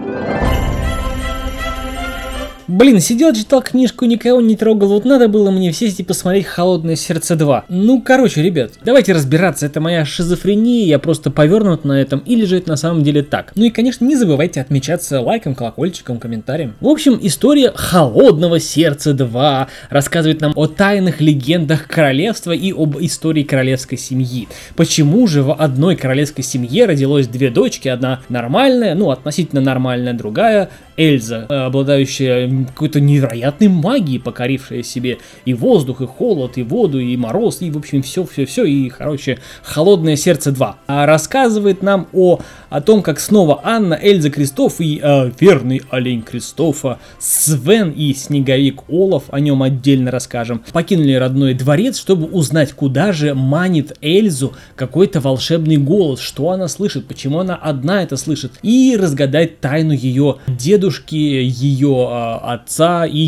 Блин, сидел, читал книжку, никого не трогал, вот надо было мне сесть и посмотреть «Холодное сердце 2». Ну, короче, ребят, давайте разбираться, это моя шизофрения, я просто повернут на этом, или же это на самом деле так. Ну и, конечно, не забывайте отмечаться лайком, колокольчиком, комментарием. В общем, история «Холодного сердца 2» рассказывает нам о тайных легендах королевства и об истории королевской семьи. Почему же в одной королевской семье родилось две дочки, одна нормальная, ну, относительно нормальная, другая Эльза, обладающая какой-то невероятной магией, покорившая себе и воздух, и холод, и воду, и мороз, и, в общем, все, и, короче, «Холодное сердце 2». Рассказывает нам о том, как снова Анна, Эльза, Кристоф и верный олень Кристофа, Свен и снеговик Олаф, о нем отдельно расскажем, покинули родной дворец, чтобы узнать, куда же манит Эльзу какой-то волшебный голос, что она слышит, почему она одна это слышит, и разгадать тайну ее дедушки, ее отца и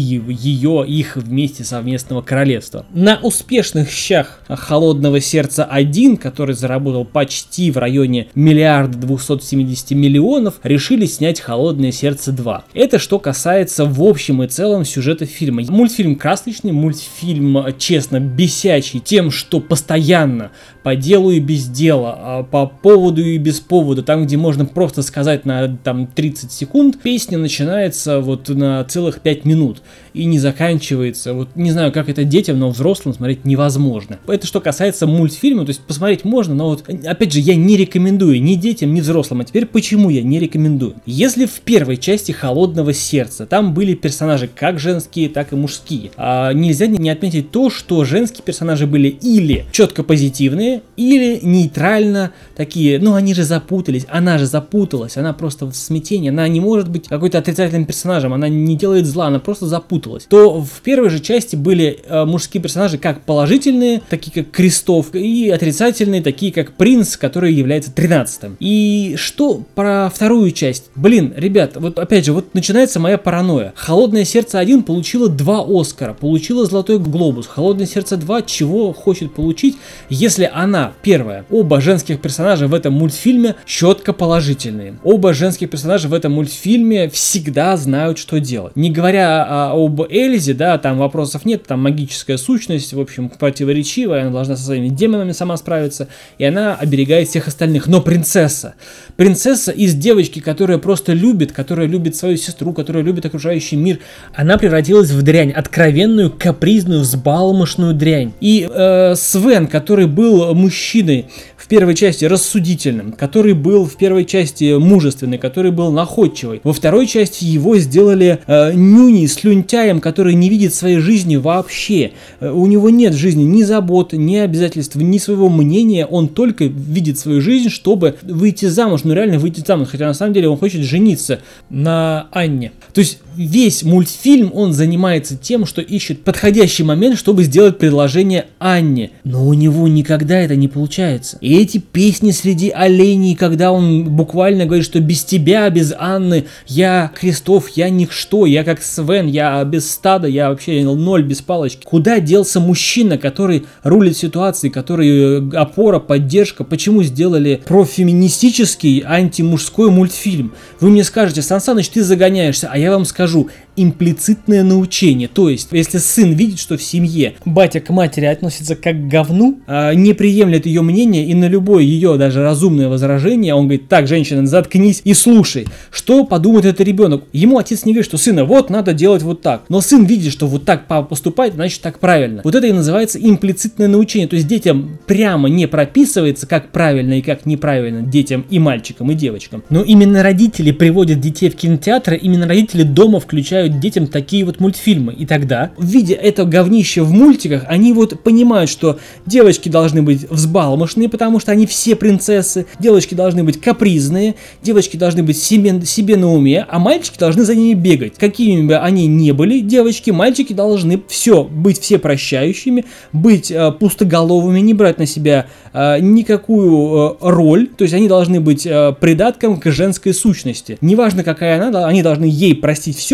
их вместе совместного королевства. На успешных щах «Холодного сердца 1», который заработал почти в районе 1 270 000 000, решили снять «Холодное сердце 2». Это что касается в общем и целом сюжета фильма. Мультфильм красочный, мультфильм, честно, бесячий тем, что постоянно по делу и без дела, по поводу и без повода, там, где можно просто сказать на 30 секунд, песня начинается вот на целых 5 минут и не заканчивается. Вот не знаю, как это детям, но взрослым смотреть невозможно. Это что касается мультфильма, то есть посмотреть можно, но вот опять же я не рекомендую ни детям, ни взрослым. А теперь почему я не рекомендую? Если в первой части «Холодного сердца» там были персонажи как женские, так и мужские, нельзя не отметить то, что женские персонажи были или четко позитивные, или нейтрально такие, ну они же запутались, она же запуталась, она просто в смятении, она не может быть какой-то отрицательным персонажем, она не делает зла, она просто запуталась. То в первой же части были мужские персонажи как положительные, такие как Кристоф, и отрицательные, такие как Принц, который является 13-м. И что про вторую часть? Блин, ребят, вот опять же, вот начинается моя паранойя. «Холодное сердце 1» получило 2 Оскара, получила «Золотой глобус». «Холодное сердце 2» чего хочет получить, если она, первая, оба женских персонажа в этом мультфильме четко положительные. Оба женских персонажа в этом мультфильме всегда знают, что делать. Не говоря об Эльзе, да, там вопросов нет, там магическая сущность, в общем, противоречивая, она должна со своими демонами сама справиться, и она оберегает всех остальных. Но принцесса из девочки, которая просто любит, которая любит свою сестру, которая любит окружающий мир, она превратилась в дрянь, откровенную, капризную, взбалмошную дрянь. И Свен, который был мужчиной в первой части рассудительным, который был в первой части мужественный, который был находчивый, во второй части его сделали нюней, слюнтяем, который не видит своей жизни вообще. У него нет в жизни ни забот, ни обязательств, ни своего мнения, он только видит свою жизнь, чтобы выйти замуж, ну реально выйти замуж, хотя на самом деле он хочет жениться на Анне. То есть весь мультфильм он занимается тем, что ищет подходящий момент, чтобы сделать предложение Анне, но у него никогда это не получается. И эти песни среди оленей, когда он буквально говорит, что без тебя, без Анны, я Кристоф, я ничто, я как Свен, я без стада, я вообще ноль без палочки. Куда делся мужчина, который рулит ситуацией, который опора, поддержка? Почему сделали профеминистический антимужской мультфильм? Вы мне скажете: Сан Саныч, ты загоняешься, а я вам скажу: имплицитное научение. То есть, если сын видит, что в семье батя к матери относится как к говну, не приемлет ее мнение и на любое ее даже разумное возражение, он говорит: так, женщина, заткнись и слушай. Что подумает этот ребенок? Ему отец не говорит, что сына, вот надо делать вот так. Но сын видит, что вот так папа поступает, значит так правильно. Вот это и называется имплицитное научение. То есть детям прямо не прописывается, как правильно и как неправильно детям и мальчикам, и девочкам. Но именно родители приводят детей в кинотеатры, именно родители дома включают детям такие вот мультфильмы. И тогда, видя это говнище в мультиках, они вот понимают, что девочки должны быть взбалмошные, потому что они все принцессы, девочки должны быть капризные, девочки должны быть себе на уме, а мальчики должны за ними бегать. Какими бы они ни были, девочки, мальчики должны быть все прощающими, быть пустоголовыми, не брать на себя никакую роль, то есть они должны быть придатком к женской сущности. Неважно, какая она, они должны ей простить все, потому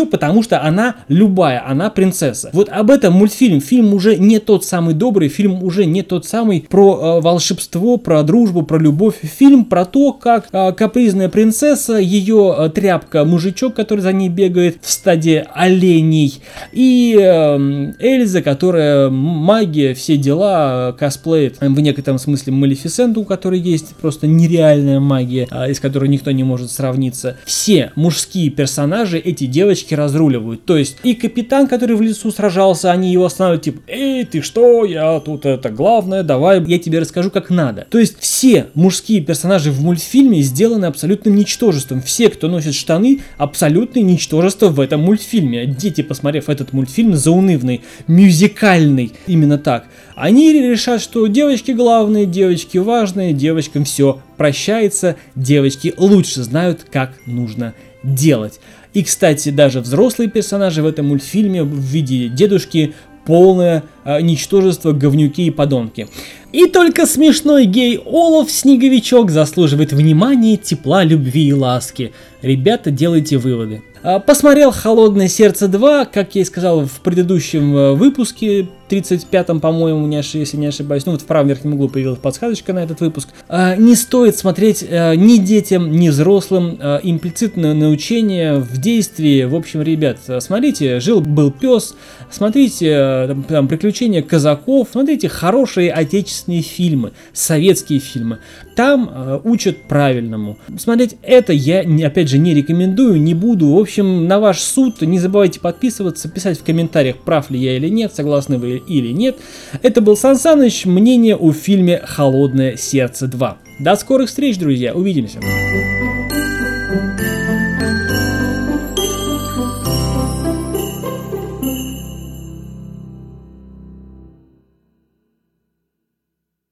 потому что она любая, она принцесса. Вот об этом мультфильм. Фильм уже не тот самый добрый, фильм уже не тот самый про волшебство, про дружбу, про любовь. Фильм про то, как капризная принцесса, ее тряпка-мужичок, который за ней бегает в стаде оленей, и Эльза, которая магия, все дела, косплеит в некотором смысле Малефисенту, у которой есть просто нереальная магия, из которой никто не может сравниться. Все мужские персонажи эти девочки разруливают. То есть и капитан, который в лесу сражался, они его останавливают, типа, эй, ты что, я тут это главное, давай, я тебе расскажу, как надо. То есть все мужские персонажи в мультфильме сделаны абсолютным ничтожеством. Все, кто носит штаны, абсолютное ничтожество в этом мультфильме. Дети, посмотрев этот мультфильм заунывный, мюзикальный, именно так, они решат, что девочки главные, девочки важные, девочкам все прощается, девочки лучше знают, как нужно делать. И, кстати, даже взрослые персонажи в этом мультфильме в виде дедушки полное ничтожество, говнюки и подонки. И только смешной гей Олаф Снеговичок заслуживает внимания, тепла, любви и ласки. Ребята, делайте выводы. Посмотрел «Холодное сердце 2», как я и сказал в предыдущем выпуске, 35-м, по-моему, если не ошибаюсь, ну вот в правом верхнем углу появилась подсказочка на этот выпуск. Не стоит смотреть ни детям, ни взрослым, имплицитное научение в действии. В общем, ребят, смотрите «Жил-был пес», смотрите там «Приключения казаков», смотрите хорошие отечественные фильмы, советские фильмы. Там учат правильному. Смотреть это я, опять же, не рекомендую, не буду. В общем, на ваш суд. Не забывайте подписываться, писать в комментариях, прав ли я или нет, согласны вы или нет. Это был Сан Саныч, мнение о фильме «Холодное сердце 2». До скорых встреч, друзья, увидимся.